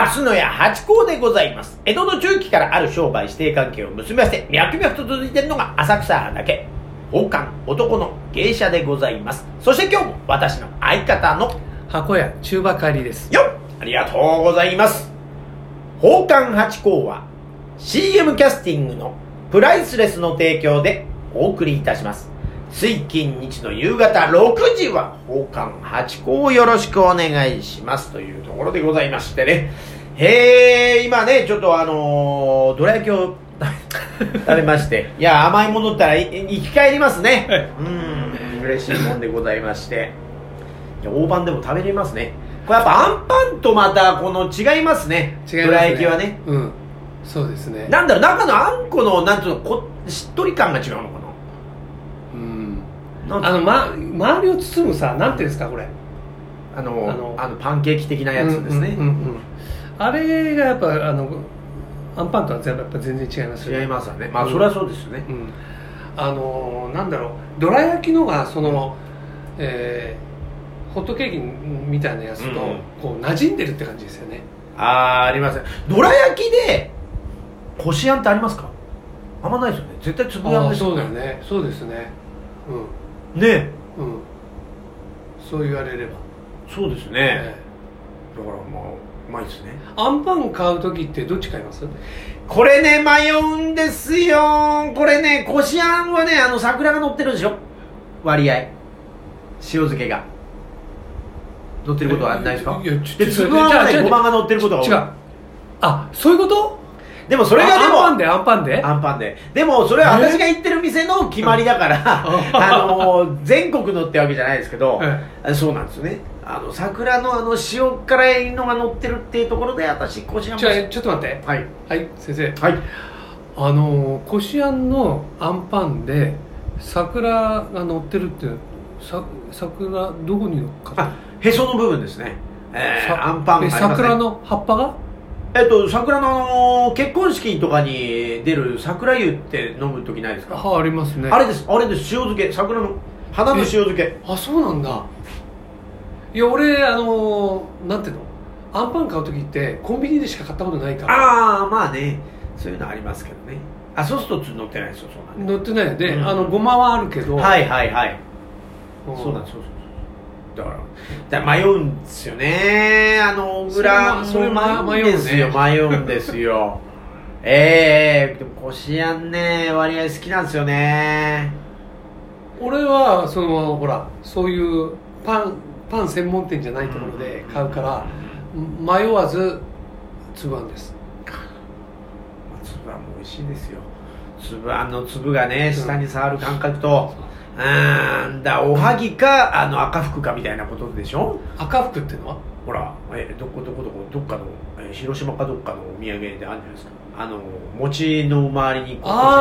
明日の屋八甲でございます。江戸の中期からある商売指定関係を結びまして、脈々と続いているのが浅草だけ。宝冠男の芸者でございます。そして今日も私の相方の箱屋中馬帰りですよっ、ありがとうございます。宝冠八甲は CM キャスティングのプライスレスの提供でお送りいたします。水金日の夕方6時は宝冠八甲をよろしくお願いしますというところでございましてね。今ねちょっとどら焼きを食べまして、いや甘いものったら生き返りますね。嬉しいもんでございまして、いや大判でも食べれますね。これやっぱあんパンとまたこの違いますね。 違いますね、 どら焼きはね。 そうですね。 なんだろう、中のあんこのなんていうのしっとり感が違うのかな。 周りを包むさ、なんていうんですかこれ、 パンケーキ的なやつですね。 あれがやっぱアンパンとはやっぱ全然違いますよね。 違いますよね。まあそれはそうですね。 なんだろう、どら焼きのがその、ホットケーキみたいなやつとこう馴染んでるって感じですよね。 ありますね。どら焼きでこしあんってありますか？あんまないですよね。絶対粒あんですよね。 そうだよね。そうですね。 ね、 そう言われればそうですね。だからまあうまいですね。 アンパン買う時ってどっち買います？ これね迷うんですよ。これねこしあんはね桜が乗ってるんですよ。割合塩漬けが乗ってることはないですか？ いやで粒あんはねごまが乗ってることが多い。 違う。あ、そういうこと？ でもそれがでもアンパンででもそれは私が行ってる店の決まりだから全国のってわけじゃないですけど、そうなんですよね。桜の塩辛いのが乗ってるっていうところで私こしあんちょっと待って。はい先生。 はい。 こしあんのあんパンで桜が乗ってるって桜どこに乗っかってる？ へその部分ですね。あんパンがありますね。 桜の葉っぱが？ 桜の結婚式とかに出る桜湯って飲む時ないですか？ ありますね。 あれです。塩漬け、桜の花の塩漬け。 そうなんだ。いや俺なんていうの、アンパン買う時ってコンビニでしか買ったことないから。 まあね、そういうのありますけどね。ソースと乗ってないですよ。そうなんで乗ってないで、ごまはあるけど。 はいそうなんです。だから迷うんですよね。小倉それ迷うんですよ。でもこしあんね割合好きなんですよね。 俺はほらそういうパン専門店じゃないところで買うから迷わず粒あんです。 粒あんも美味しいですよ。粒あんの粒がね下に触る感覚と。おはぎか赤福かみたいなことでしょ。 赤福っていうのはほらどっかの、広島かどっかのお土産であるじゃないですか。餅の周りに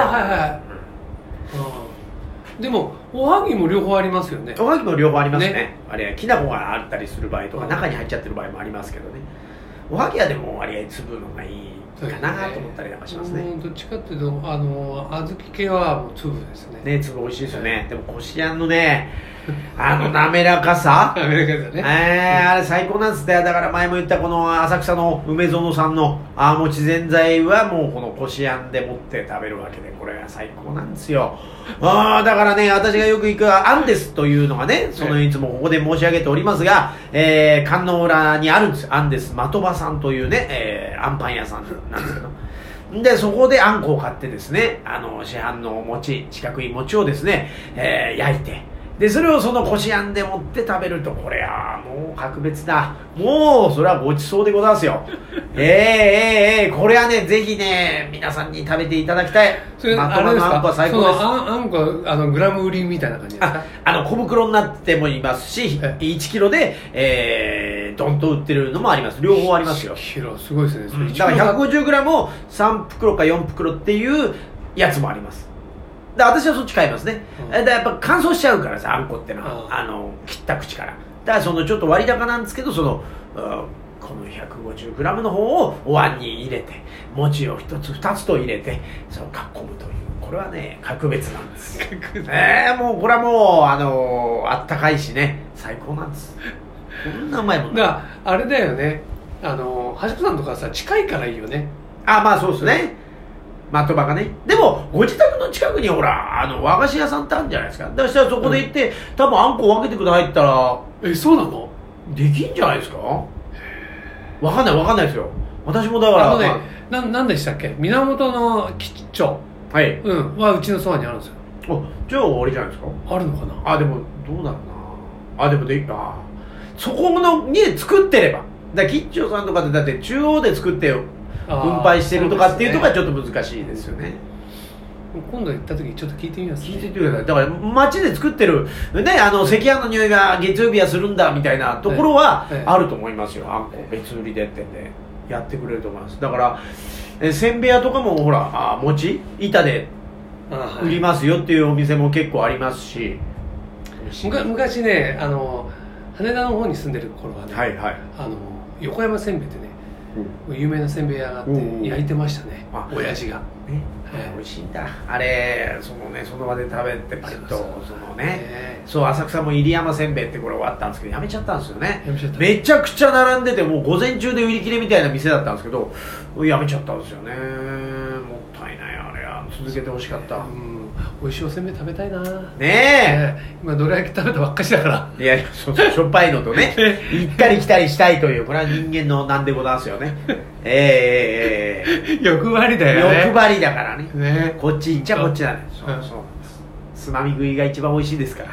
でもおはぎも両方ありますよね。 おはぎも両方ありますね。あれきな粉があったりする場合とか中に入っちゃってる場合もありますけどね。おはぎはでも割合粒のがいいかなと思ったりなんかしますね。 どっちかっていうと小豆系はもう粒ですね。 粒美味しいですよね。でもこしあんのね滑らかさ滑らかさね。 あれ最高なんですね。だから前も言ったこの浅草の梅園さんの餅ぜんざいはもうこのこしあんで持って食べるわけで、これが最高なんですよ。だからね私がよく行くアンデスというのがね、いつもここで申し上げておりますが、観音裏にあるんですよ。アンデス的場さんというね、あんパン屋さんなんですけどでそこであんこを買ってですね、市販の餅、四角い餅をですね、焼いて、でそれをそのこしあんで持って食べると、これはもう格別だ。もうそれはごちそうでございますよ。これはねぜひね皆さんに食べていただきたい。 それあれですか、あんこは最高です。 あんこはグラム売りみたいな感じですか？ 小袋になってもいますし、1キロで、ドンと売ってるのもあります。両方ありますよ。 1キロすごいですね。 だから 150g を3袋か4袋っていうやつもあります。私はそっち買いますね。やっぱ乾燥しちゃうからさ、あんこってのは切った口から。だからちょっと割高なんですけど、この 150g の方をお椀に入れて、餅を1つ2つと入れてかっこむという、これはね格別なんですもうこれはもうあったかいしね最高なんです。こんなうまいもんだ。あれだよね、 橋子さんとかさ近いからいいよね。 あ、まあそうですね、的場がね。でもご自宅の近くにほら和菓子屋さんってあるんじゃないですか。だからしたらそこで行って、多分あんこ分けてくださいって言ったらそうなの？ できんじゃないですか。分かんないですよ。私もだからね、なんでしたっけ、源の吉兆、 はい、 はうちのそばにあるんですよ。 じゃあ終わりじゃないですか。 あるのかな。 でもどうだろうな。でもそこのに作ってれば、だから吉兆さんとかってだって中央で作って分配してるとかっていうとこはちょっと難しいですよね。 今度行った時ちょっと聞いてみます、 聞いてみてください。だから街で作ってるね、赤飯の匂いが月曜日はするんだみたいなところはあると思いますよ。あんこ別売りでってんでやってくれると思います。だからせんべい屋とかもほら餅板で売りますよっていうお店も結構ありますし、 昔ね羽田の方に住んでる頃はね、 はいはい、 横山せんべいってね、有名なせんべい屋があって焼いてましたね、親父がね。 美味しいんだあれ、その場で食べてパリッとそう浅草も入山せんべいってこれ終わったんですけどやめちゃったんですよね。めちゃくちゃ並んでてもう午前中で売り切れみたいな店だったんですけどやめちゃったんですよね。もったいない。あれは続けてほしかった。 美味しいおせんべい食べたいなね今どれだけ食べたばっかしだから。 いやしょっぱいのとね行ったり来たりしたいというこれは人間のなんでございますよね。 欲張りだよね。 欲張りだからね。こっち行っちゃこっちだね。そうつまみ食いが一番美味しいですから。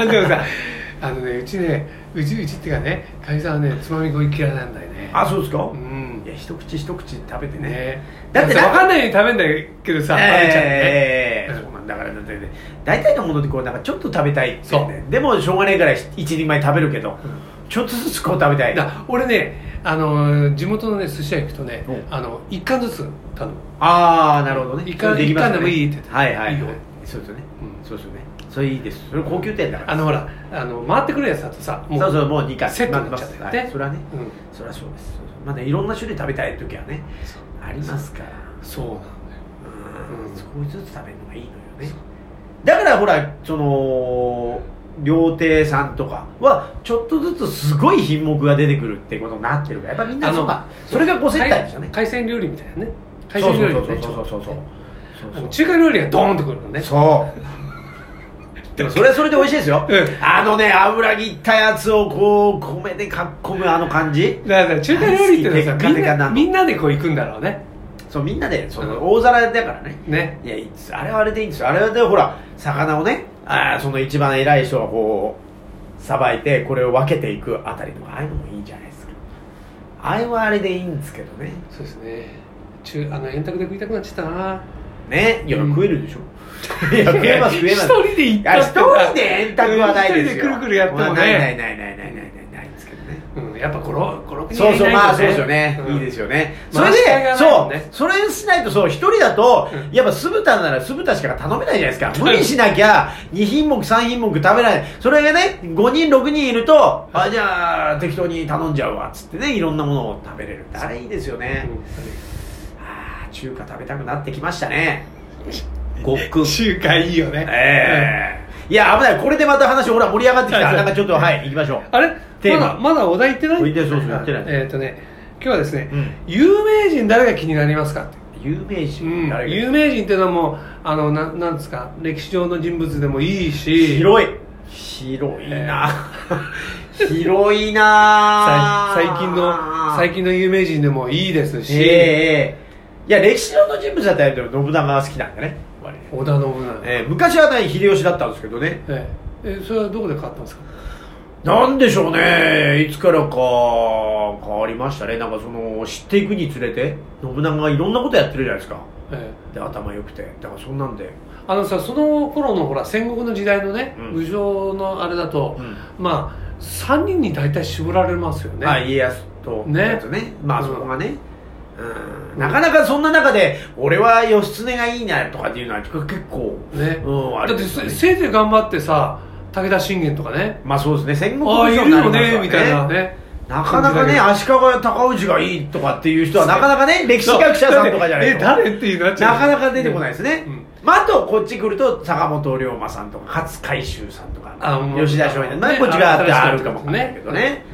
でもさうちっていうかね、かみさんはねつまみ食い嫌いなんだよね。 そうですか。いや一口食べてね。だって分かんないように食べんだけどさ、食べちゃうね。 そうなんだから。だってね大体のものでこうなんかちょっと食べたいってね。でもしょうがないから一人前食べるけど、ちょっとずつこう食べたい。 俺ね地元のね寿司屋行くとね一貫ずつ頼む。 なるほどね。 一貫でもいいって言って。 はいはい。そうですよね。そうですよね。それいいです。それ高級店だから。 ほら回ってくるやつだとさ、 そうもう2回セットになっちゃってね。 それはね、それはそうです。まだいろんな種類食べたい時はねありますから。 そうなんだよ。 少しずつ食べるのがいいのよね。だからほら料亭さんとかはちょっとずつすごい品目が出てくるってことになってるから、やっぱみんなそれがご接待ですよね。 海鮮料理みたいなね。海鮮料理みたいな。 そう中華料理がドーンとくるのね。 でもそれはそれで美味しいですよ。油切ったやつをこう米でかっこむ感じ。 だから中華料理ってのはさみんなでこう行くんだろうね。 そうみんなで大皿だからね。いやあれはあれでいいんですよ。あれはでほら魚をねその一番偉い人がこうさばいてこれを分けていくあたりとかああいうのもいいんじゃないですか。あれはあれでいいんですけどね。 そうですね。円卓で食いたくなっちゃったな。 ね、いや食えるでしょ。いや食えます。 一人で行ったって。 一人で円卓はないですよ。 一人でくるくるやってもね。 ないですけどね。 やっぱ5、6人そうですよね。いいですよね。それでそれしないと一人だとやっぱ酢豚なら酢豚しか頼めないじゃないですか。無理しなきゃ2品目3品目食べない。それがね5人6人いるとじゃあ適当に頼んじゃうわっつってね、いろんなものを食べれる。あれいいですよね。中華食べたくなってきましたね。 中華いいよね。 いや危ない。これでまた話ほら盛り上がってきた。なんかちょっと行きましょう。 あれまだお題言ってない？ そうやってない。 今日はですね、有名人誰が気になりますかって。 有名人誰が？ 有名人っていうのはもうなんですか、歴史上の人物でもいいし。 広いな。広いな。 最近の有名人でもいいですし。 いや歴史上の人物だったら信長が好きなんだね。 織田信長。 昔は秀吉だったんですけどね。 それはどこで変わったんですか？ なんでしょうね。いつからか変わりましたね。なんか知っていくにつれて信長がいろんなことやってるじゃないですか。で頭良くて、だからそんなんでその頃のほら戦国の時代のね、武将のあれだと、まあ3人に大体絞られますよね。 家康とね。そこがね。なかなかそんな中で俺は義経がいいなとかっていうのは結構ね。だってせいぜい頑張ってさ、武田信玄とかね。 そうですね。戦国武将になりますからね。みたいなね。 なかなかね、足利尊氏がいいとかっていう人はなかなかね、歴史学者さんとかじゃないと誰っていうなっちゃう。 なかなか出てこないですね。あとこっち来ると坂本龍馬さんとか勝海舟さんとか吉田松陰、こっちがあるかもしれないけどね。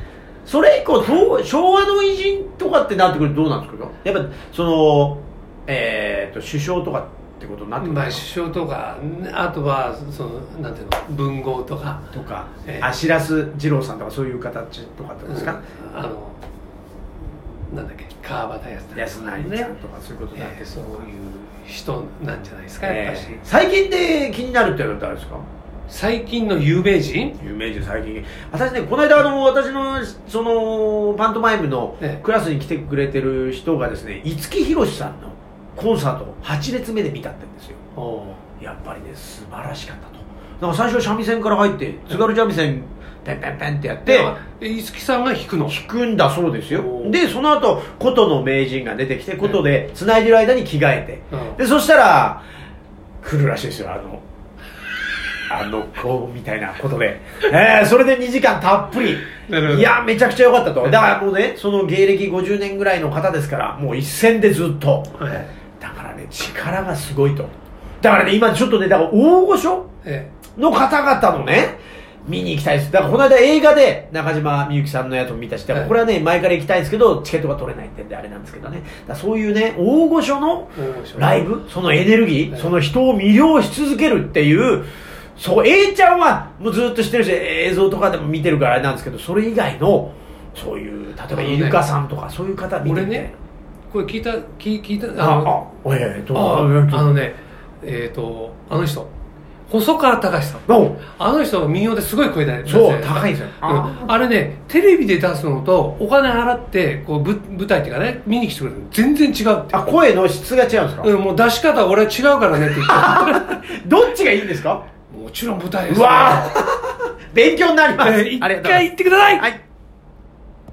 それ以降昭和の偉人とかってなってくるとどうなんですか？やっぱその首相とかってことになってくるの？ まあ首相とか、あとはそのなんていうの、文豪とか白洲二郎さんとかそういう形とかってですか？ なんだっけ、川端康成成さんとかそういうことになって、 そういう人なんじゃないですか、やっぱし。 最近で気になるってのは誰ですか？ 最近の有名人最近私ね、この間私のそのパントマイムのクラスに来てくれてる人がですね、五木ひろしさんのコンサートを8列目で見たって言うんですよ。やっぱりね素晴らしかったと。だから最初三味線から入って津軽三味線ペンペンペンってやって五木さんが弾くんだそうですよ。でその後琴の名人が出てきて琴で繋いでる間に着替えて、でそしたら来るらしいですよ、こうみたいなことで、それで2時間たっぷり、いやめちゃくちゃ良かったと。だからもうね、その芸歴50年ぐらいの方ですから、もう一線でずっと、だからね力がすごいと。だからね今ちょっとね、だから大御所の方々のね見に行きたいです。だからこの間映画で中島みゆきさんのやつも見たし、これはね前から行きたいんですけどチケットが取れないってんであれなんですけどね、だそういうね大御所のライブ、そのエネルギー、その人を魅了し続けるっていう、そう A ちゃんはもうずっと知ってるし映像とかでも見てるからあれなんですけど、それ以外のそういう例えばイルカさんとかそういう方見てて、 俺ねこれ聞いたあの人細川たかしさん、あの人民謡ですごい声で、 そう高いんですよ。 あれねテレビで出すのとお金払ってこう舞台っていうかね見に来てくれるの全然違うって。 声の質が違うんですか？ もう出し方俺は違うからねって言ってどっちがいいんですか？ もちろん舞台です、 うわ勉強になります。 一回行ってください。 はい。